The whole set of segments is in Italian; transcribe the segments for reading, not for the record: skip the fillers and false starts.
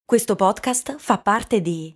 Questo podcast fa parte di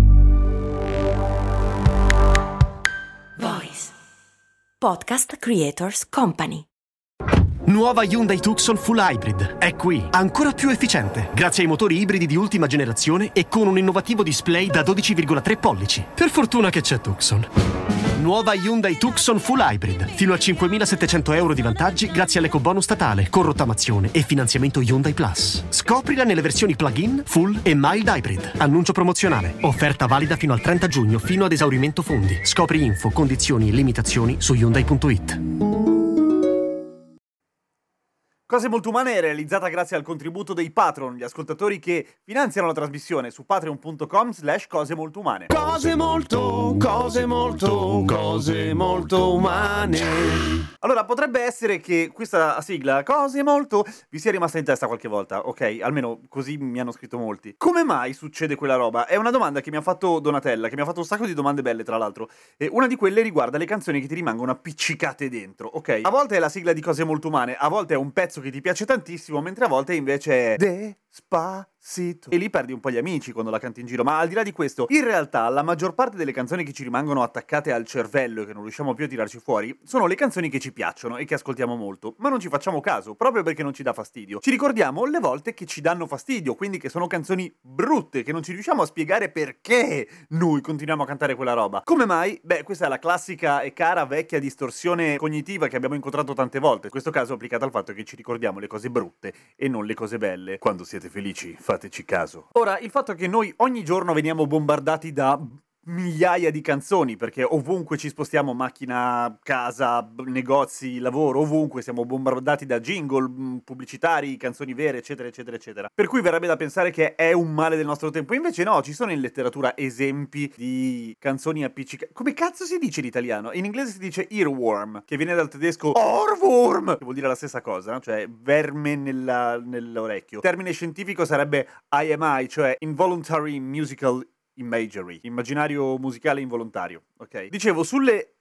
Voice Podcast Creators Company. Nuova Hyundai Tucson Full Hybrid è qui, ancora più efficiente, grazie ai motori ibridi di ultima generazione e con un innovativo display da 12,3 pollici. Per fortuna che c'è Tucson. Nuova Hyundai Tucson Full Hybrid, fino a 5.700 euro di vantaggi grazie all'ecobonus statale, con rottamazione e finanziamento Hyundai Plus. Scoprila nelle versioni plug-in, full e mild hybrid. Annuncio promozionale. Offerta valida fino al 30 giugno, fino ad esaurimento fondi. Scopri info, condizioni e limitazioni su Hyundai.it. Cose Molto Umane è realizzata grazie al contributo dei Patron, gli ascoltatori che finanziano la trasmissione su patreon.com/cose molto umane. Cose molto umane. Allora, potrebbe essere che questa sigla, Cose Molto, vi sia rimasta in testa qualche volta, ok? Almeno così mi hanno scritto molti. Come mai succede quella roba? È una domanda che mi ha fatto Donatella, che mi ha fatto un sacco di domande belle, tra l'altro. E una di quelle riguarda le canzoni che ti rimangono appiccicate dentro, ok? A volte è la sigla di Cose Molto Umane, a volte è un pezzo che ti piace tantissimo, mentre a volte invece è Despacito. E lì perdi un po' gli amici quando la canti in giro. Ma al di là di questo, in realtà la maggior parte delle canzoni che ci rimangono attaccate al cervello e che non riusciamo più a tirarci fuori sono le canzoni che ci piacciono e che ascoltiamo molto, ma non ci facciamo caso, proprio perché non ci dà fastidio. Ci ricordiamo le volte che ci danno fastidio, quindi che sono canzoni brutte, che non ci riusciamo a spiegare perché noi continuiamo a cantare quella roba. Come mai? Beh, questa è la classica e cara vecchia distorsione cognitiva che abbiamo incontrato tante volte, in questo caso applicata al fatto che ci ricordiamo le cose brutte e non le cose belle. Quando siete felici, fateci caso. Ora, il fatto che noi ogni giorno veniamo bombardati da migliaia di canzoni, perché ovunque ci spostiamo, macchina, casa, negozi, lavoro, ovunque siamo bombardati da jingle, pubblicitari, canzoni vere, eccetera, eccetera, eccetera. Per cui verrebbe da pensare che è un male del nostro tempo. Invece no, ci sono in letteratura esempi di canzoni appiccicate. Come cazzo si dice in italiano? In inglese si dice earworm, che viene dal tedesco Ohrwurm, che vuol dire la stessa cosa, cioè verme nell'orecchio. Il termine scientifico sarebbe IMI, cioè Involuntary Musical Imagery, immaginario musicale involontario, ok? Dicevo, sulle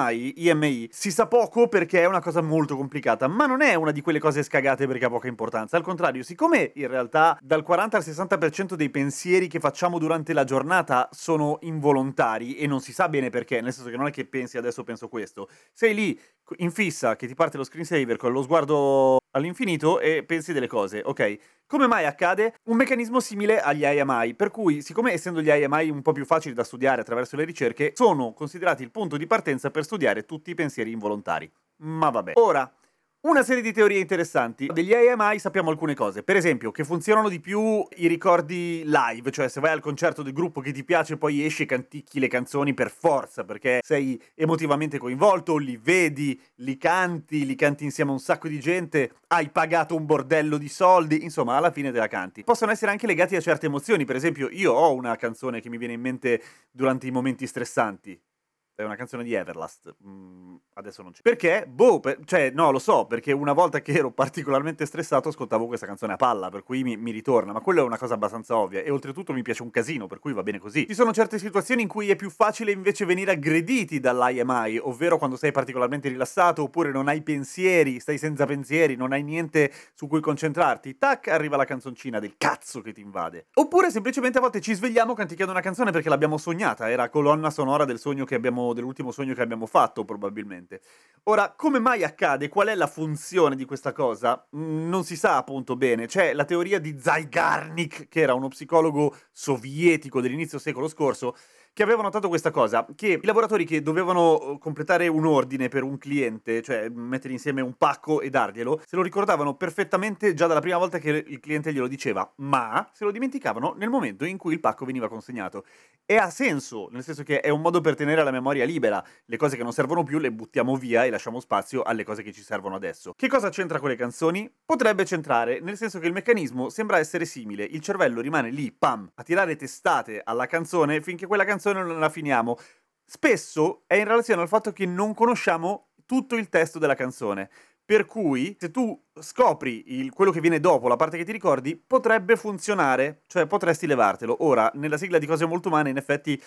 IMI si sa poco perché è una cosa molto complicata, ma non è una di quelle cose scagate perché ha poca importanza. Al contrario, siccome in realtà dal 40 al 60% dei pensieri che facciamo durante la giornata sono involontari e non si sa bene perché, nel senso che non è che pensi adesso penso questo, sei lì in fissa che ti parte lo screensaver con lo sguardo all'infinito e pensi delle cose, ok? Come mai accade? Un meccanismo simile agli IMI, per cui, siccome essendo gli IMI un po' più facili da studiare attraverso le ricerche, sono considerati il punto di partenza per studiare tutti i pensieri involontari. Ma vabbè. Ora, una serie di teorie interessanti. Degli IMI sappiamo alcune cose. Per esempio, che funzionano di più i ricordi live, cioè se vai al concerto del gruppo che ti piace poi esci e canticchi le canzoni per forza, perché sei emotivamente coinvolto, li vedi, li canti insieme a un sacco di gente, hai pagato un bordello di soldi, insomma, alla fine te la canti. Possono essere anche legati a certe emozioni. Per esempio, io ho una canzone che mi viene in mente durante i momenti stressanti. È una canzone di Everlast. Adesso non c'è. Perché? Cioè, no, lo so, perché una volta che ero particolarmente stressato ascoltavo questa canzone a palla, per cui mi ritorna, ma quello è una cosa abbastanza ovvia, e oltretutto mi piace un casino, per cui va bene così. Ci sono certe situazioni in cui è più facile invece venire aggrediti dall'IMI, ovvero quando sei particolarmente rilassato, oppure non hai pensieri, stai senza pensieri, non hai niente su cui concentrarti, tac, arriva la canzoncina del cazzo che ti invade. Oppure semplicemente a volte ci svegliamo canticchiando una canzone perché l'abbiamo sognata, era colonna sonora del sogno dell'ultimo sogno che abbiamo fatto, probabilmente. Ora, come mai accade? Qual è la funzione di questa cosa? Non si sa appunto bene. C'è la teoria di Zygarnik, che era uno psicologo sovietico dell'inizio secolo scorso, che aveva notato questa cosa, che i lavoratori che dovevano completare un ordine per un cliente, cioè mettere insieme un pacco e darglielo, se lo ricordavano perfettamente già dalla prima volta che il cliente glielo diceva, ma se lo dimenticavano nel momento in cui il pacco veniva consegnato. E ha senso, nel senso che è un modo per tenere la memoria libera. Le cose che non servono più le buttiamo via e lasciamo spazio alle cose che ci servono adesso. Che cosa c'entra con le canzoni? Potrebbe c'entrare, nel senso che il meccanismo sembra essere simile. Il cervello rimane lì, pam, a tirare testate alla canzone finché quella canzone non la finiamo. Spesso è in relazione al fatto che non conosciamo tutto il testo della canzone. Per cui, se tu scopri quello che viene dopo, la parte che ti ricordi, potrebbe funzionare, cioè potresti levartelo. Ora, nella sigla di Cose Molto Umane, in effetti,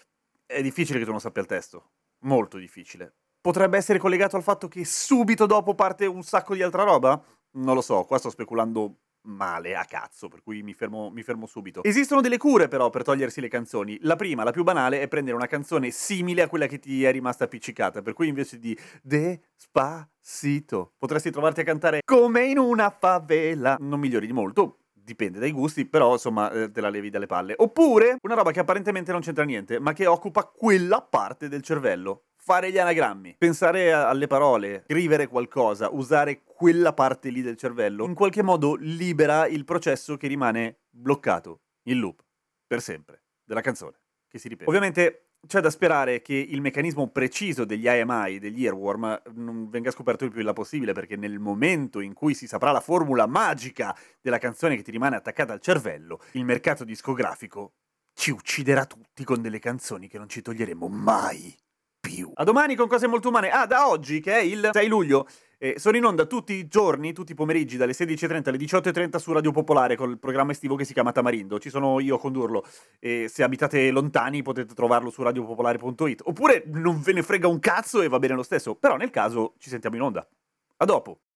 è difficile che tu non sappia il testo. Molto difficile. Potrebbe essere collegato al fatto che subito dopo parte un sacco di altra roba? Non lo so, qua sto speculando male a cazzo, per cui mi fermo subito. Esistono delle cure però per togliersi le canzoni. La prima, la più banale, è prendere una canzone simile a quella che ti è rimasta appiccicata, per cui invece di Despacito potresti trovarti a cantare Come in una favela. Non migliori di molto, dipende dai gusti, però insomma te la levi dalle palle. Oppure una roba che apparentemente non c'entra niente, ma che occupa quella parte del cervello. Fare gli anagrammi, pensare alle parole, scrivere qualcosa, usare quella parte lì del cervello, in qualche modo libera il processo che rimane bloccato, in loop, per sempre, della canzone, che si ripete. Ovviamente c'è da sperare che il meccanismo preciso degli AMI, degli earworm, non venga scoperto il più in là possibile, perché nel momento in cui si saprà la formula magica della canzone che ti rimane attaccata al cervello, il mercato discografico ci ucciderà tutti con delle canzoni che non ci toglieremo mai più. A domani con cose molto umane. Da oggi, che è il 6 luglio, sono in onda tutti i giorni, tutti i pomeriggi, dalle 16:30 alle 18:30 su Radio Popolare, con il programma estivo che si chiama Tamarindo. Ci sono io a condurlo. Se abitate lontani potete trovarlo su radiopopolare.it. Oppure non ve ne frega un cazzo e va bene lo stesso. Però nel caso ci sentiamo in onda. A dopo.